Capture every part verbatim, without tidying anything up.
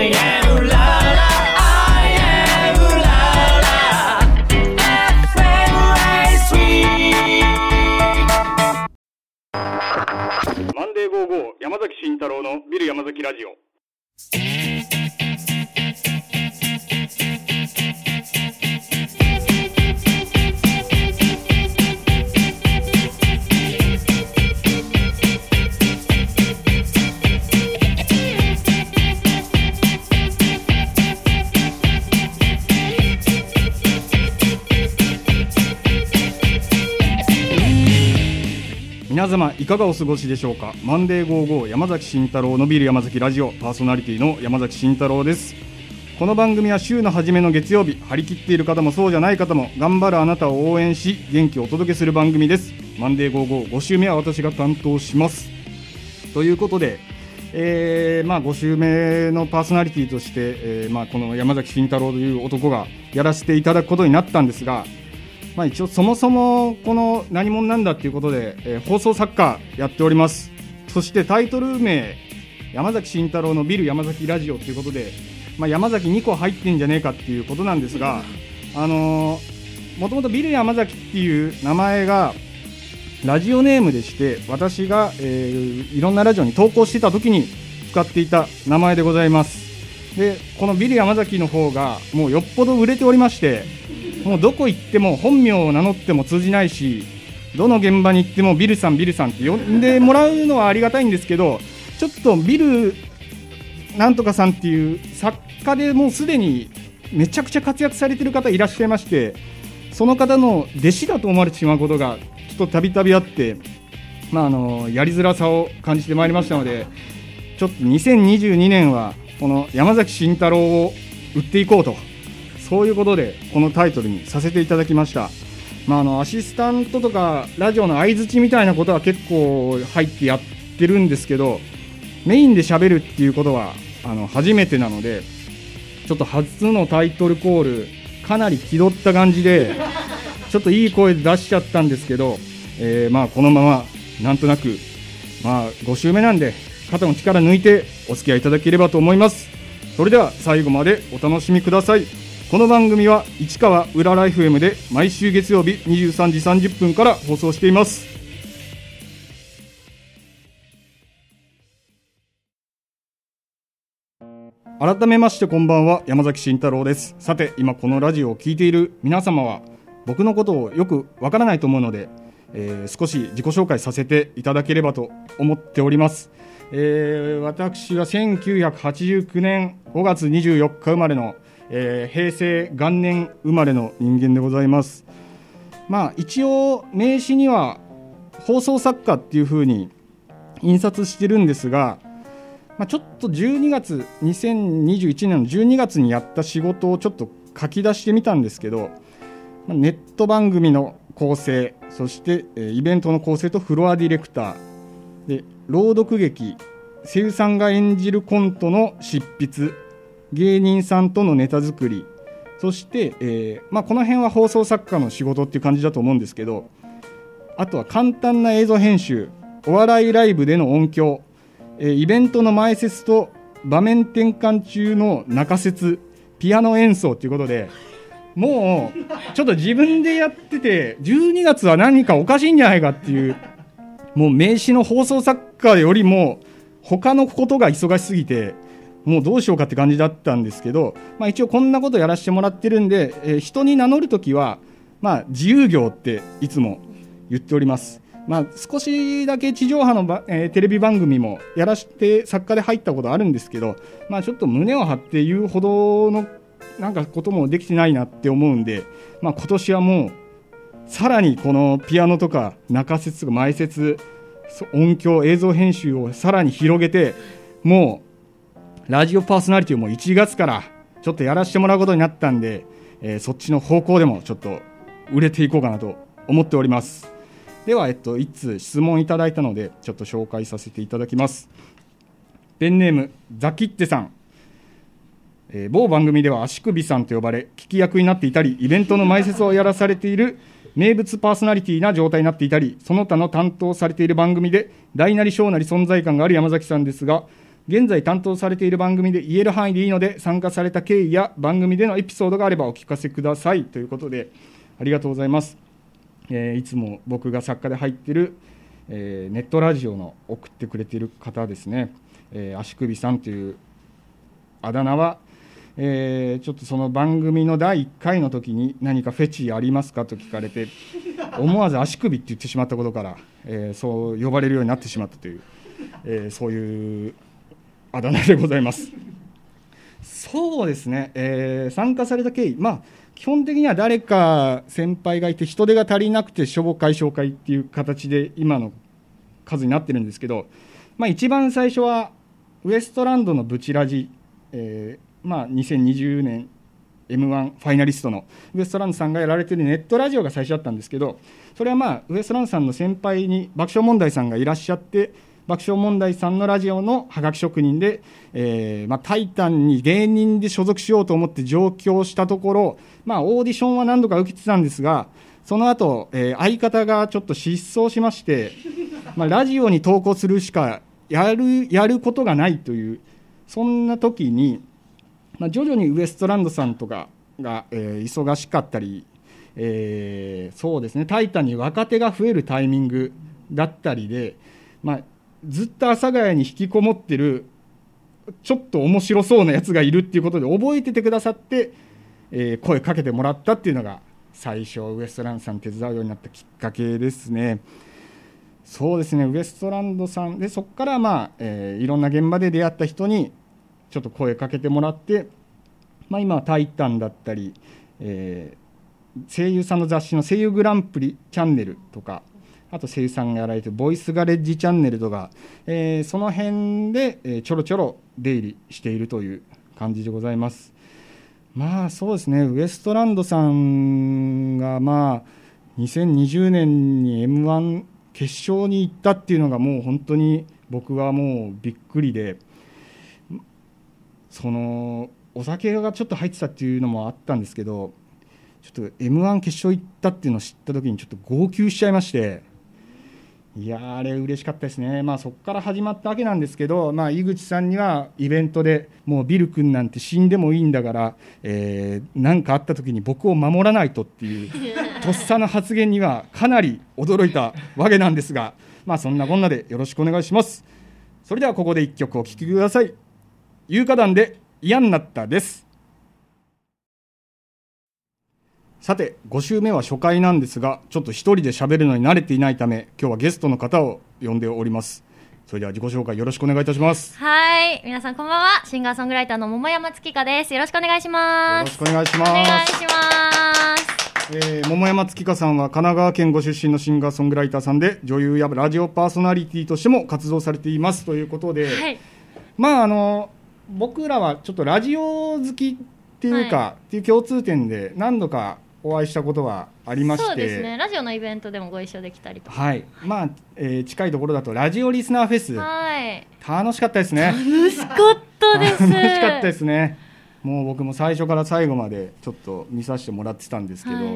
I am la la I am la la エフエムエースリーマンデーゴーゴー山崎慎太郎のビル山崎ラジオ。皆様いかがお過ごしでしょうか。マンデーゴーゴー山崎慎太郎のビル山崎ラジオパーソナリティの山崎慎太郎です。この番組は週の初めの月曜日、張り切っている方もそうじゃない方も頑張るあなたを応援し元気をお届けする番組です。マンデーゴーゴーご週目は私が担当します。ということで、えーまあ、ご週目のパーソナリティとして、えーまあ、この山崎慎太郎という男がやらせていただくことになったんですが、まあ、一応そもそもこの何者なんだということで、えー、放送作家やっております。そしてタイトル名山崎慎太郎のビル山崎ラジオということで、まあ、山崎にこ入ってんじゃねえかっていうことなんですが、あのー、もともとビル山崎っていう名前がラジオネームでして、私が、えー、いろんなラジオに投稿してた時に使っていた名前でございます。でこのビル山崎の方がもうよっぽど売れておりまして、もうどこ行っても本名を名乗っても通じないし、どの現場に行ってもビルさんビルさんって呼んでもらうのはありがたいんですけど、ちょっとビルなんとかさんっていう作家でもうすでにめちゃくちゃ活躍されている方いらっしゃいまして、その方の弟子だと思われてしまうことがちょっとたびたびあって、まあ、あのやりづらさを感じてまいりましたので、ちょっとにせんにじゅうにねんはこの山崎慎太郎を売っていこうと、そういうことでこのタイトルにさせていただきました。まあ、あのアシスタントとかラジオの相づちみたいなことは結構入ってやってるんですけど、メインで喋るっていうことはあの初めてなので、ちょっと初のタイトルコールかなり気取った感じでちょっといい声で出しちゃったんですけど、えー、まあこのままなんとなく、まあ、ご週目なんで肩の力抜いてお付き合いいただければと思います。それでは最後までお楽しみください。この番組は市川うらら エフエム で毎週月曜日にじゅうさんじさんじゅっぷんから放送しています。改めましてこんばんは、山崎慎太郎です。さて今このラジオを聞いている皆様は僕のことをよくわからないと思うので、えー、少し自己紹介させていただければと思っております。えー、私はせんきゅうひゃくはちじゅうきゅうねんごがつにじゅうよっか生まれのえー、平成元年生まれの人間でございます。まあ一応名刺には放送作家っていう風に印刷してるんですが、まあ、ちょっとじゅうにがつにせんにじゅういちねんのじゅうにがつにやった仕事をちょっと書き出してみたんですけど、ネット番組の構成、そしてイベントの構成とフロアディレクターで、朗読劇、声優さんが演じるコントの執筆、芸人さんとのネタ作り、そして、えーまあ、この辺は放送作家の仕事っていう感じだと思うんですけど、あとは簡単な映像編集、お笑いライブでの音響、えー、イベントの前説と場面転換中の中説、ピアノ演奏ということで、もうちょっと自分でやっててじゅうにがつは何かおかしいんじゃないかっていう、もう名刺の放送作家よりも他のことが忙しすぎてもうどうしようかって感じだったんですけど、まあ、一応こんなことやらせてもらってるんで、えー、人に名乗るときは、まあ、自由業っていつも言っております。まあ、少しだけ地上波の、えー、テレビ番組もやらして作家で入ったことあるんですけど、まあ、ちょっと胸を張って言うほどのなんかこともできてないなって思うんで、まあ、今年はもうさらにこのピアノとか中説とか前説、音響映像編集をさらに広げて、もうラジオパーソナリティをもういちがつからちょっとやらせてもらうことになったんで、えー、そっちの方向でもちょっと売れていこうかなと思っております。では、えっと、いつ質問いただいたのでちょっと紹介させていただきます。ペンネームザキッテさん、えー、某番組では足首さんと呼ばれ聞き役になっていたり、イベントの前説をやらされている名物パーソナリティな状態になっていたり、その他の担当されている番組で大なり小なり存在感がある山崎さんですが、 現在担当されている番組で言える範囲でいいので、参加された経緯や番組でのエピソードがあればお聞かせくださいということで、ありがとうございます。えー、いつも僕が作家で入っている、えー、ネットラジオの送ってくれている方ですね、えー、足首さんというあだ名は、えー、ちょっとその番組のだいいっかいの時に何かフェチありますかと聞かれて、思わず足首って言ってしまったことから、えー、そう呼ばれるようになってしまったという、えー、そういうあだ名でございます。そうですね、えー、参加された経緯、まあ基本的には誰か先輩がいて人手が足りなくて紹介紹介っていう形で今の数になってるんですけど、まあ、一番最初はウエストランドのブチラジ、えーまあ、にせんにじゅうねん エムワン ファイナリストのウエストランドさんがやられているネットラジオが最初だったんですけど、それはまあウエストランドさんの先輩に爆笑問題さんがいらっしゃって、爆笑問題さんのラジオのハガキ職人で、えーまあ、タイタンに芸人で所属しようと思って上京したところ、まあ、オーディションは何度か受けてたんですが、その後、えー、相方がちょっと失踪しまして、まあ、ラジオに投稿するしかやる、やることがないという、そんな時に、まあ、徐々にウエストランドさんとかが、えー、忙しかったり、えー、そうですね、タイタンに若手が増えるタイミングだったりで、まあずっと阿佐ヶ谷に引きこもってるちょっと面白そうなやつがいるっていうことで覚えててくださって、えー、声かけてもらったっていうのが最初ウエストランドさん手伝うようになったきっかけですね。そうですね、ウエストランドさんでそこから、まあえー、いろんな現場で出会った人にちょっと声かけてもらって、まあ、今はタイタンだったり、えー、声優さんの雑誌の声優グランプリチャンネルとか、あと声優さんがやられているボイスガレッジチャンネルとか、えー、その辺で、えー、ちょろちょろ出入りしているという感じでございます。まあそうですね、ウエストランドさんがまあにせんにじゅうねんに エムワン 決勝に行ったっていうのがもう本当に僕はもうびっくりで、そのお酒がちょっと入ってたっていうのもあったんですけど、ちょっと エムワン 決勝行ったっていうのを知った時にちょっと号泣しちゃいまして、いやあれ嬉しかったですね。まあそこから始まったわけなんですけど、まあ、井口さんにはイベントでもうビル君なんて死んでもいいんだから、えー、なんかあった時に僕を守らないとっていうとっさの発言にはかなり驚いたわけなんですが、まあそんなこんなでよろしくお願いします。それではここでいっきょくお聴きください。有歌団で嫌になったです。さてご週目は初回なんですが、ちょっと一人で喋るのに慣れていないため今日はゲストの方を呼んでおります。それでは自己紹介よろしくお願いいたします。 はい、皆さんこんばんは。シンガーソングライターの桃山月香です。よろしくお願いします。 よろしくお願いします。 お願いします。 えー、桃山月香さんは神奈川県ご出身のシンガーソングライターさんで、女優やラジオパーソナリティとしても活動されていますということで、はい、まああの僕らはちょっとラジオ好きっていうか、はい、っていう共通点で何度かお会いしたことはありまして、 そうですね、ラジオのイベントでもご一緒できたりとか、 はい、まあ、えー、近いところだとラジオリスナーフェス、はい、楽しかったですね。 楽しかったです楽しかったですね。もう僕も最初から最後までちょっと見させてもらってたんですけど、はい、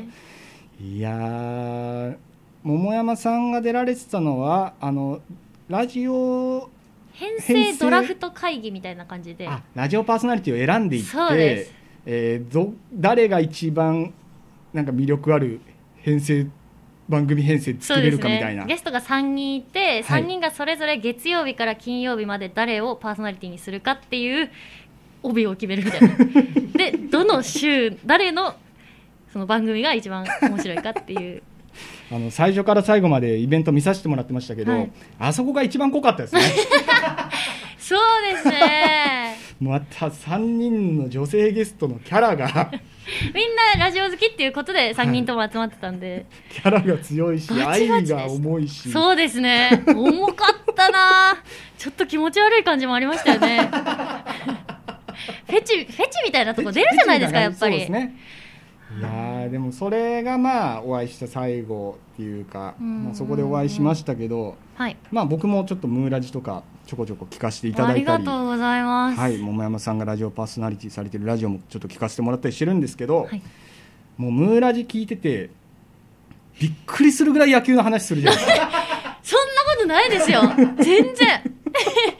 いやー、桃山さんが出られてたのはあのラジオ編成ドラフト会議みたいな感じで、 あ、ラジオパーソナリティを選んでいって、 そうです、 えー、ど誰が一番なんか魅力ある編成番組編成作れるかみたいな、 ね、ゲストがさんにんいて、さんにんがそれぞれ月曜日から金曜日まで誰をパーソナリティにするかっていう帯を決めるみたいなでどの週誰のその番組が一番面白いかっていうあの最初から最後までイベント見させてもらってましたけど、はい、あそこが一番濃かったですねそうですねまたさんにんの女性ゲストのキャラがみんなラジオ好きっていうことでさんにんとも集まってたんで、はい、 キャラが強いしバチバチ愛が重いし、 そうですね、重かったなちょっと気持ち悪い感じもありましたよねフェチ、フェチみたいなとこ出るじゃないですか、やっぱり。そうですね。 いやでもそれがまあお会いした最後っていうか、まあ、そこでお会いしましたけど、はい、まあ僕もちょっとムーラジとかちょこちょこ聞かせていただいたり、 ありがとうございます、 はい、桃山さんがラジオパーソナリティされてるラジオもちょっと聞かせてもらったりしてるんですけど、はい、もうムーラジ聞いててびっくりするぐらい野球の話するじゃないですかそんなことないですよ全然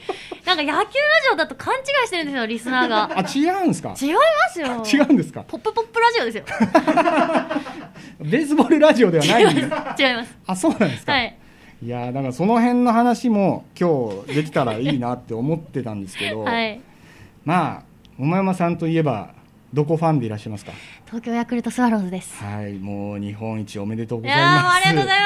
なんか野球ラジオだと勘違いしてるんですよ、リスナーが。 あ、違うんですか。 違いますよ。 違うんですか。 ポップポップラジオですよ。 ベースボールラジオではないんです。 違います。 あ、そうなんですか。 はい。 いやー、だからその辺の話も今日できたらいいなって思ってたんですけど、 はい。 まあ桃山さんといえばどこファンでいらっしゃいますか。 東京ヤクルトスワローズです。 はい、もう日本一おめでとうごいざいます。 やー、もうありがとうございます。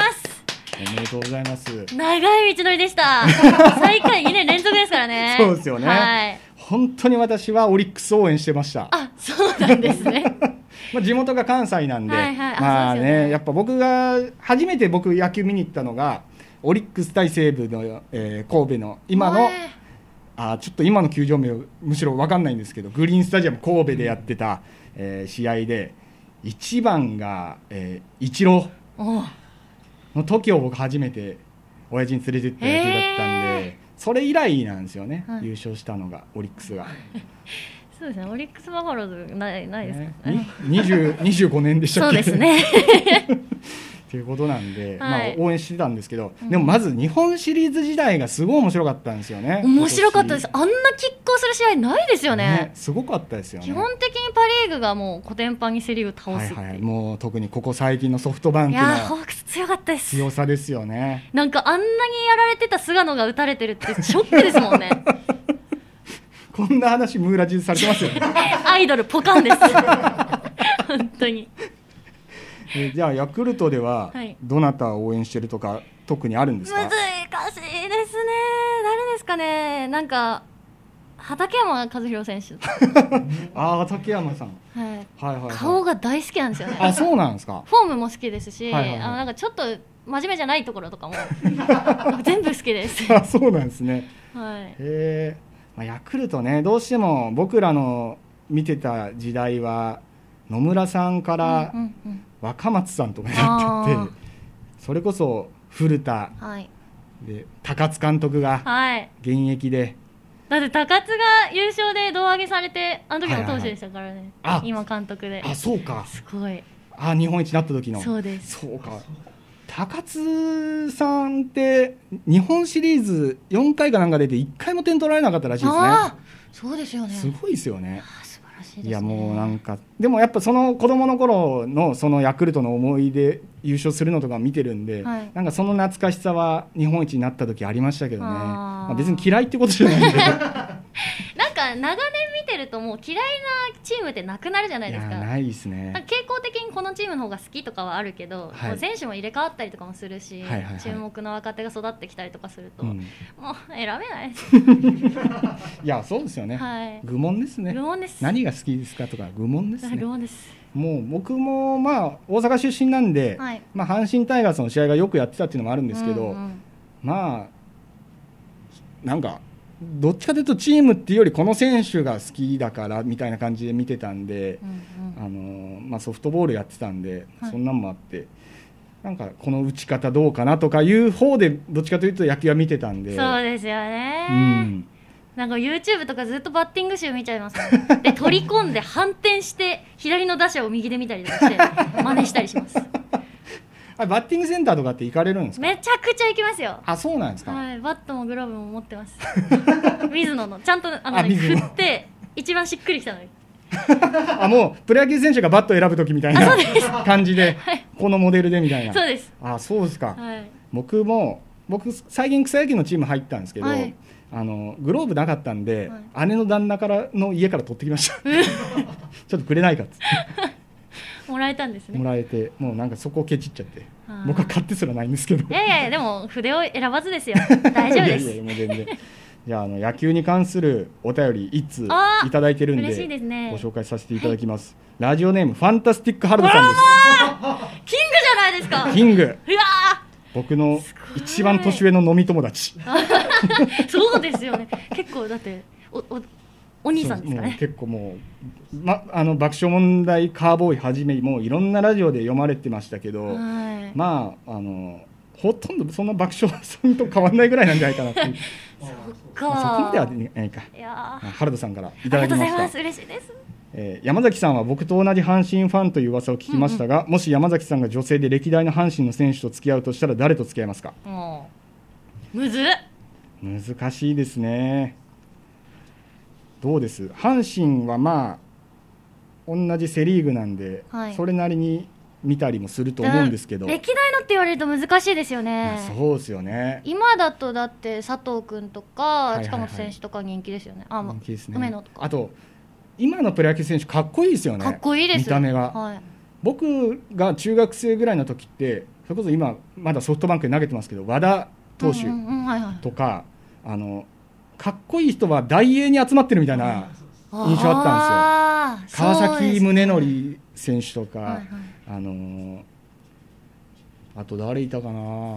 おめでとうございます。 長い道のりでした。最下位にねん連続ですからね。 そうですよね。 はい。 本当に私はオリックス応援してました。 あ、そうなんですね。 まあ地元が関西なんで、 はいはい、あ、 まあそうですよね、 ね、やっぱ僕が初めて僕野球見に行ったのがオリックス対西武の、えー、神戸の今の、あ、ちょっと今の球場名むしろ分かんないんですけど、グリーンスタジアム神戸でやってた、えー、試合でいちばんが、えー、イチローの時を僕初めて親父に連れてった野球だったんで、それ以来なんですよね、はい、優勝したのがオリックスが。 そうですね、オリックスバファローズないないですか、 ね、にじゅう、にじゅうごねんでしたっけ。 そうですね。 ということなんで、 はい、 まあ、応援してたんですけど、うん、でもまず日本シリーズ時代がすごい面白かったんですよね。 面白かったです。あんな拮抗する試合ないですよね。ね、 すごかったですよね。 基本的にパ・リーグがもうコテンパンにセ・リーグ倒すっていう、 はいはい、もう特にここ最近のソフトバンクのいやホークス強かったです。 強さですよね。 なんかあんなにやられてた菅野が打たれてるってショックですもんね。 こんな話ムーラジされてますよね。 アイドルポカンです。本当に。 えじゃあヤクルトではどなたを応援してるとか特にあるんですか。 難しいですね。誰ですかね。なんか畠山和弘選手。 ああ、畠山さん、 はい、 はいはいはい、 顔が大好きなんですよね。 あ、そうなんですか。 フォームも好きですし、 はいはいはい、 あのなんかちょっと真面目じゃないところとかも全部好きです。 あ、そうなんですね。 はい、 へえ、まあ、ヤクルトね、どうしても僕らの見てた時代は野村さんから若松さんとかやってて、うんうんうん、それこそ古田、はい、で高津監督が現役で、はい、 だって高津が優勝で胴上げされて、あの時も投手でしたからね、はいはいはい、今監督で。 あ、そうか、 すごい。 あ、日本一になった時の。 そうです。 そうか、高津さんって日本シリーズよんかいかなんか出ていっかいも点取られなかったらしいですね。 あ、そうですよね。 すごいですよね。 素晴らしいですね。 いやもうなんかでもやっぱその子供の頃のそのヤクルトの思い出優勝するのとか見てるんで、はい、なんかその懐かしさは日本一になった時ありましたけどね。あ、まあ、別に嫌いってことじゃないんで。 なんか長年見てるともう嫌いなチームってなくなるじゃないですか。 いや、ないですね。 傾向的にこのチームの方が好きとかはあるけど、はい、選手も入れ替わったりとかもするし、はいはいはい、注目の若手が育ってきたりとかすると、うん、もう選べないです。 いや、そうですよね、はい、愚問ですね。 愚問です。 何が好きですかとか愚問ですね。 愚問です。 もう僕もまあ大阪出身なんで、はい、まあ、阪神タイガースの試合がよくやってたっていうのもあるんですけど、うんうん、まあなんかどっちかというとチームっていうよりこの選手が好きだからみたいな感じで見てたんで、うんうん、あのまあ、ソフトボールやってたんで、はい、そんなんもあってなんかこの打ち方どうかなとかいう方でどっちかというと野球は見てたんで。 そうですよね、うん、なんか YouTube とかずっとバッティング集見ちゃいますね。で取り込んで反転して左の打者を右で見たりとかして真似したりします。 あ、バッティングセンターとかって行かれるんですか。 めちゃくちゃ行きますよ。 あ、そうなんですか。 はい、バットもグローブも持ってます。水野のちゃんとあの、ね、振って一番しっくりきたのに。 あ、もうプロ野球選手がバットを選ぶときみたいな感じで、はい、このモデルでみたいな。 そうです。 あ、そうですか、 はい、 僕も僕最近草野球のチーム入ったんですけど、はい、あのグローブなかったんで、はい、姉の旦那からの家から取ってきました。ちょっとくれないかっつって。 もらえたんですね。 もらえて、もうなんかそこをケチっちゃって、僕は買ってすらないんですけど。 いやいや、でも筆を選ばずですよ。大丈夫です。いやいや、もう全然。 じゃあ、あの野球に関するお便り一通いただいてるんで、 嬉しいですね、 ご紹介させていただきます、はい、ラジオネームファンタスティックハルドさんです。 キングじゃないですか。 キング。 うわ僕の一番年上の飲み友達。 そうですよね。結構だっておおお兄さんですかね。 もう結構もう、ま、あの爆笑問題カーボーイはじめもういろんなラジオで読まれてましたけど、はい、まああのほとんどそんな爆笑さんと変わらないぐらいなんじゃないかなっていう。 そっか、 まあ、そこまではないか。いや原田さんからいただきました。ありがとうございます。 嬉しいです。 えー、山崎さんは僕と同じ阪神ファンという噂を聞きましたが、うんうん、もし山崎さんが女性で歴代の阪神の選手と付き合うとしたら誰と付き合いますか。 もうむずっ。 難しいですね。 どうです？阪神はまあ同じセリーグなんで、 はい、 それなりに見たりもすると思うんですけど、 歴代のって言われると難しいですよね。 そうですよね。 今だとだって佐藤君とか、 はいはいはい、 近本選手とか人気ですよね。あ、 人気ですね。 梅野とか。 あと今のプロ野球選手かっこいいですよね。 かっこいいです。 見た目が、 はい、 僕が中学生ぐらいの時ってそれこそ今まだソフトバンクで投げてますけど和田投手とか、あのかっこいい人は大英に集まってるみたいな印象あったんですよ。川崎宗則選手とか、はいはい、あのー、あと誰いたかな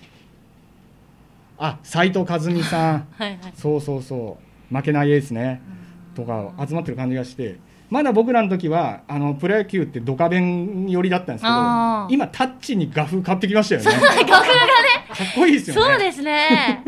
あ、斉藤和美さんはい、はい、そうそうそう負けないエースねとか集まってる感じがして、まだ僕らの時はあのプロ野球ってドカベン寄りだったんですけど、今タッチに画風変わってきましたよね。 画風がねかっこいいですよね。 そうですね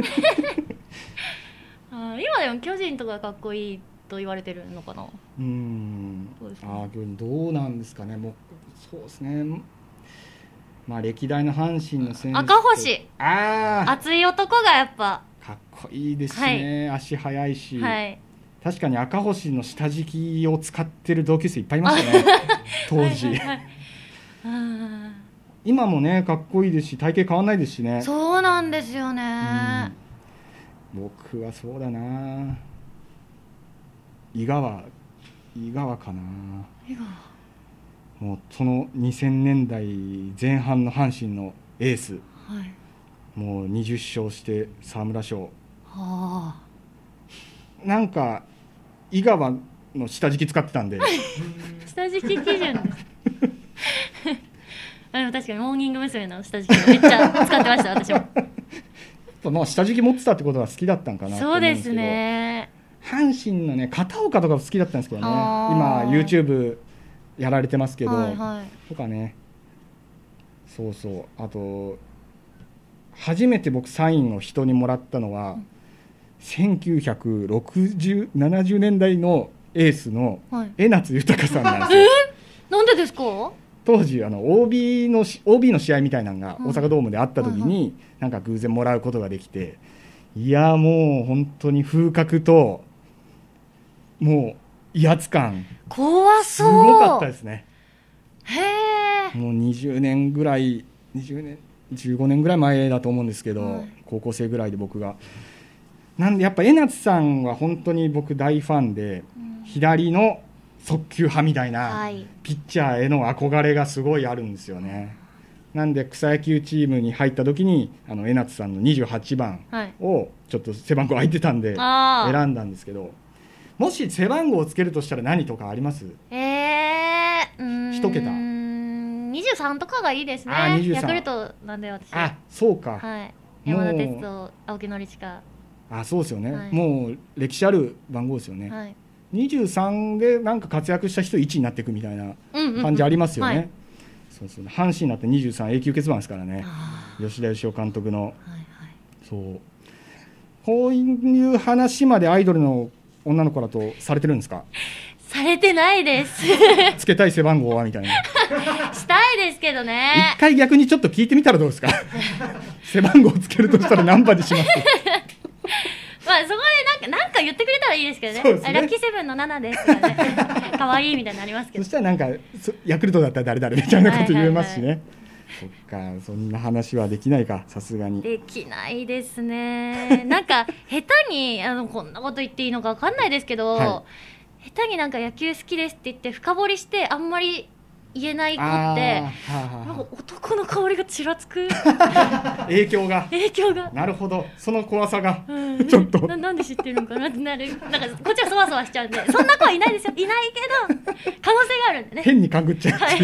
あ、今でも巨人とかかっこいいと言われてるのかな。 うーん、そうですね、あ、巨人どうなんですかね。もうそうですね、まあ、歴代の阪神の選手、 赤星、 あ、 熱い男がやっぱかっこいいですね、はい、足速いし、 はい、 確かに赤星の下敷きを使ってる同級生いっぱいいましたね当時はいはい、はい、今もねかっこいいですし体型変わんないですしね。 そうなんですよね、 うん、僕はそうだな、井川井川かな。 井川、 もうそのにせんねんだいぜん半の阪神のエース、 はい、 もうにじゅっしょうして沢村賞、 はあ、 なんか井川の下敷き使ってたんで下敷き基準ですでも確かにモーニング娘。の下敷きめっちゃ使ってました私もまあ下敷き持ってたってことは好きだったんかなと思うんですけど。 そうですね、 阪神のね片岡とか好きだったんですけどね、今 YouTube やられてますけど、はいはい、とかね、そうそう、あと初めて僕サインを人にもらったのは、うん、せんきゅうひゃくろくじゅう、ななじゅうねんだいのエースの江夏豊さんなんですよ、 はい、えー、なんでですか。 当時あの オービー の オービー の試合みたいなのが大阪ドームであった時に、はいはいはい、なんか偶然もらうことができて、いやもう本当に風格ともう威圧感怖そう、 すごかったですね。 へー、 もうにじゅうねんぐらいにじゅうねんじゅうごねんぐらい前だと思うんですけど、はい、高校生ぐらいで僕がなんでやっぱ江夏さんは本当に僕大ファンで、うん、左の速球派みたいな、はい、ピッチャーへの憧れがすごいあるんですよね。なんで草野球チームに入った時にあの江夏さんのにじゅうはちばんをちょっと背番号空いてたんで選んだんですけど、もし背番号をつけるとしたら何とかあります？ えー、うーん、 一桁にじゅうさんとかがいいですね。 あ、にじゅうさん、 ヤクルトなんで私。 あ、そうか、 はい、山田哲人、青木宣親。 あ、そうですよね、 はい、 もう歴史ある番号ですよね、はい、にじゅうさんでなんか活躍した人いちになっていくみたいな感じありますよね、うんうんうん、はい、そうそう、阪神になってにじゅうさん永久欠番ですからね、吉田義雄監督の、はいはい、そうこういう話までアイドルの女の子だとされてるんですか？ されてないですつけたい背番号はみたいなしたいですけどね。 一回逆にちょっと聞いてみたらどうですか背番号つけるとしたら何番にしますまあそこでなんか、なんか言ってくれたらいいですけど ね, ねラッキーセブンのななですとかねかわいいみたいになりますけど、 そしたらなんかヤクルトだったら誰々みたいなこと言えますしね、はいはいはい、そっか、そんな話はできないか、さすがにできないですねなんか下手にあのこんなこと言っていいのか分かんないですけど、はい、下手になんか野球好きですって言って深掘りしてあんまり言えない子って、はあはあ、なんか男の香りがちらつく影響が影響がなるほど、その怖さが、 うん、ちょっと な, なんで知ってるのかなってなる、なんかこっちはそわそわしちゃうんでそんな子はいないですよ、いないけど可能性があるんでね、 変に勘ぐっちゃう、はい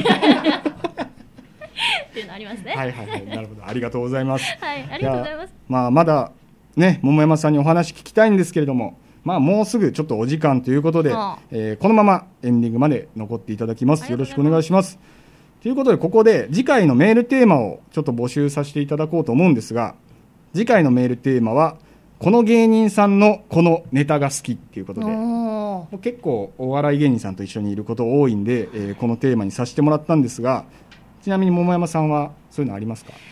っていうのありますね。 はいはいはい、なるほど、ありがとうございます。 はい、ありがとうございます。 まあまだね、桃山さんにお話聞きたいんですけれども、まあもうすぐちょっとお時間ということで、ああえー、このままエンディングまで残っていただきます。よろしくお願いします。ということでここで次回のメールテーマをちょっと募集させていただこうと思うんですが、次回のメールテーマはこの芸人さんのこのネタが好きっていうことで、結構お笑い芸人さんと一緒にいること多いんで、えー、このテーマにさせてもらったんですが、ちなみに桃山さんはそういうのありますか？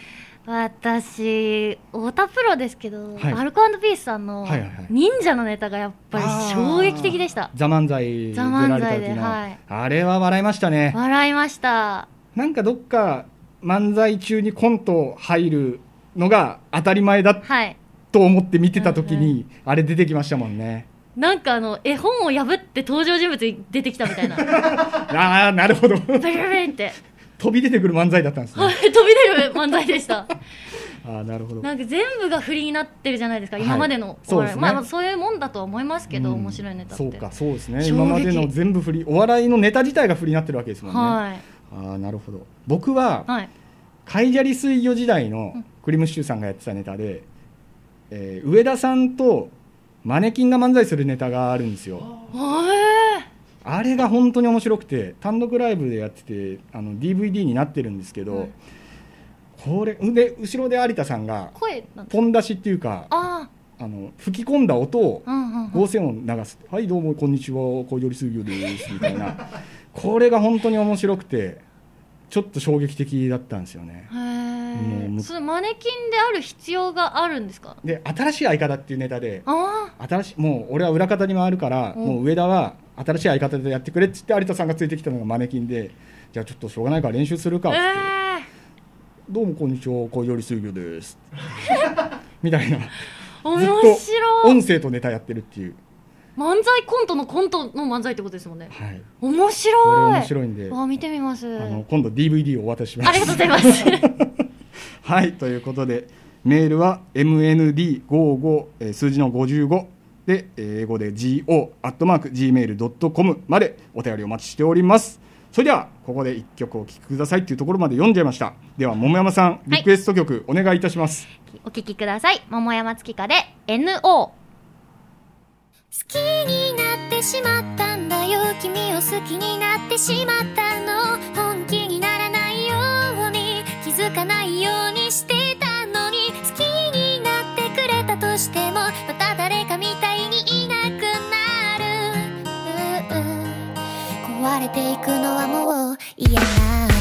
私太田プロですけど、 はいアルコ&ピースさんのはいはいはい忍者のネタがやっぱり衝撃的でした。 ザ漫才ザ漫才で出られた時の、 はいあれは笑いましたね。 笑いました。 なんかどっか漫才中にコント入るのが当たり前だはいと思って見てた時はいはにあれ出てきましたもんね。 なんかあの絵本を破って登場人物に出てきたみたいなああなるほどベリベリベリって飛び出てくる漫才だったんですね。 飛び出る漫才でしたああなるほど。 なんか全部が振りになってるじゃないですか、 はい今までのそうですねまあまあそういうもんだとは思いますけど、 うん面白いネタってそうかそうですね。 衝撃今までの全部振りお笑いのネタ自体が振りになってるわけですもんね。 はいああなるほど。僕は、 はいカイジャリ水魚時代のクリムシチューさんがやってたネタで、えー上田さんとマネキンが漫才するネタがあるんですよ。 へあれが本当に面白くて単独ライブでやっててあの ディーブイディー になってるんですけど、 はいこれで後ろで有田さんがー声なんてポン出しっていうかああの吹き込んだ音をあうんうんうん合成音流す、はいどうもこんにちは小鳥水魚ですみたいなこれが本当に面白くてちょっと衝撃的だったんですよね。 へもうむえそれマネキンである必要があるんですか？ で新しい相方っていうネタであ新しいもう俺は裏方に回るから、 うんもう上田は新しい相方でやってくれって言って有田さんがついてきたのがマネキンでじゃあちょっとしょうがないから練習するかあって、 えどうもこんにちは小鳥水魚ですみたいなー、面ずっと白い音声とネタやってるっていう、 漫才コントのコントの漫才ってことですもんね。 はい、 面白いこれ面白いんであ見てみますあの今度 ディーブイディー をお渡しします。 ありがとうございますはいということでメールは エムエヌディーごじゅうご、えー数字のごじゅうごで英語で ジーオー アットマーク ジーメールドットコム までお便りお待ちしております。それではここでいっきょくお聴きくださいっていうところまで読んじゃいました。では桃山さんリクエスト曲お願いいたします。 お聞きください。桃山月花で エヌオー。 好きになってしまったんだよ、君を好きになってしまったの、本気にならないように気づかないようにしてたのに、好きになってくれたとしてもまた誰かみたいにいなくなる、うう壊れていくのはもう嫌なの。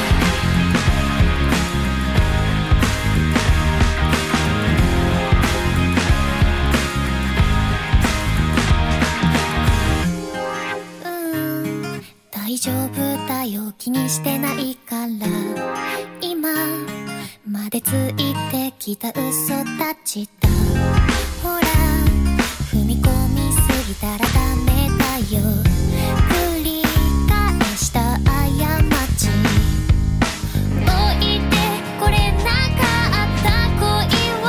大丈夫だよ気にしてないから、今までついてきた嘘たちだ、ほら踏み込みすぎたらダメだよ、繰り返した過ち置いてこれなかった恋を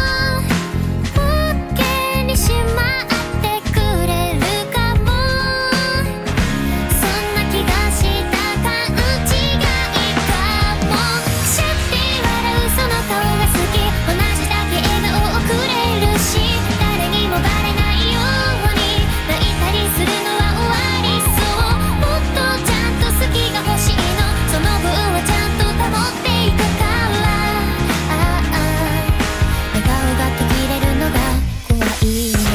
OK にしまってくれるかも、そんな気がした勘違いかも、くしゃって笑うその顔が好き、同じだけ笑顔をくれるし、誰にもバレないように泣いたりするのは終わりそう、もっとちゃんと好きが欲しいの、その分はちゃんと保っていくから、ああ笑顔が途切れるのが怖いの。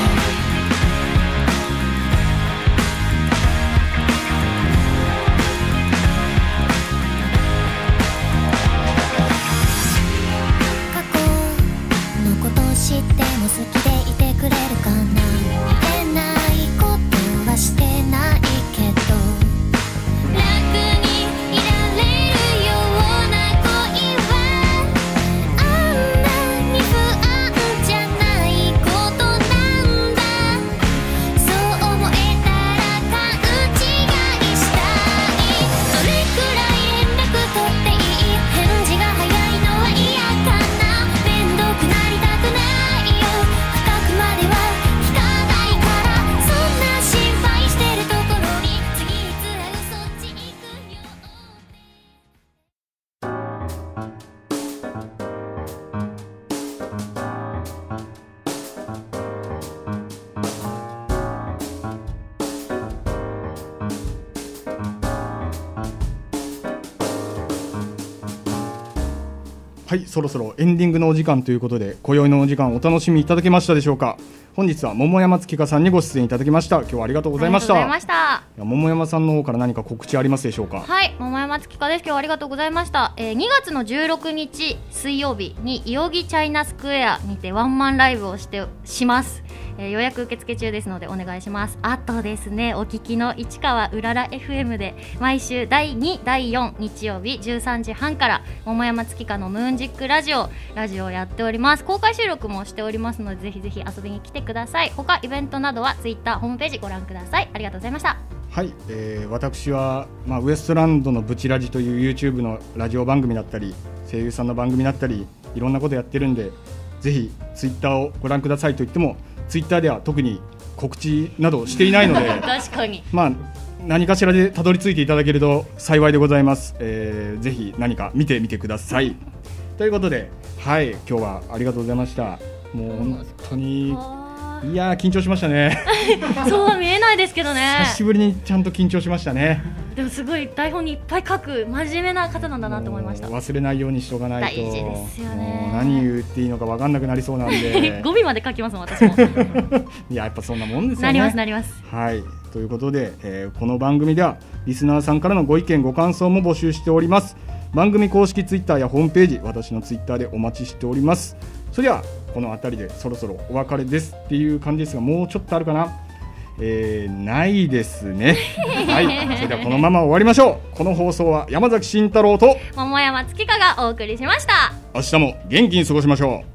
過去のこと知っても好きでいてくれるかな、言えないことはしてないけど、楽にいられるような恋はあんなに不安じゃないことなんだ、そう思えたら勘違いしたい、それくらい連絡取っていい、返事が早いのは嫌かな、面倒くなりたくないよ、深くまでは聞かないから、そんな心配してるところに次いつ会うそっち行くよ。 はいそろそろエンディングのお時間ということで今宵のお時間お楽しみいただけましたでしょうか。 本日は桃山月花さんにご出演いただきました。今日はありがとうございました。 ありがとうございました。 いや桃山さんの方から何か告知ありますでしょうか。 はい、桃山月花です。今日はありがとうございました。えー、にがつのじゅうろくにち水曜日に代々木チャイナスクエアにてワンマンライブをしてします。えー、予約受付中ですのでお願いします。あとですね、お聞きの市川うらら エフエム で毎週だいに、だいよん日曜日じゅうさんじはんから桃山月花のムーンジックラジオラジオをやっております。公開収録もしておりますのでぜひぜひ遊びに来てください。他イベントなどはツイッターホームページご覧ください。ありがとうございました。 はい、えー、私は、まあ、ウエストランドのブチラジという YouTube のラジオ番組だったり声優さんの番組だったりいろんなことやってるんで、ぜひツイッターをご覧くださいと言ってもツイッターでは特に告知などしていないので確かに、 まあ、何かしらでたどり着いていただけると幸いでございます。えー、ぜひ何か見てみてくださいということで、はい、今日はありがとうございました。もう本当にいやー緊張しましたねそうは見えないですけどね。 久しぶりにちゃんと緊張しましたね。 でもすごい台本にいっぱい書く真面目な方なんだなと思いました。 忘れないようにしとかないと大事ですよね。 もう何言っていいのか分かんなくなりそうなんで語尾まで書きますもん私もいややっぱそんなもんですよね。 なりますなります。 はいということで、えー、この番組ではリスナーさんからのご意見ご感想も募集しております。番組公式ツイッターやホームページ、私のツイッターでお待ちしております。それではこの辺りでそろそろお別れですっていう感じですが、もうちょっとあるかな、えー、ないですねはいそれではこのまま終わりましょう。この放送は山崎慎太郎と桃山月花がお送りしました。 明日も元気に過ごしましょう。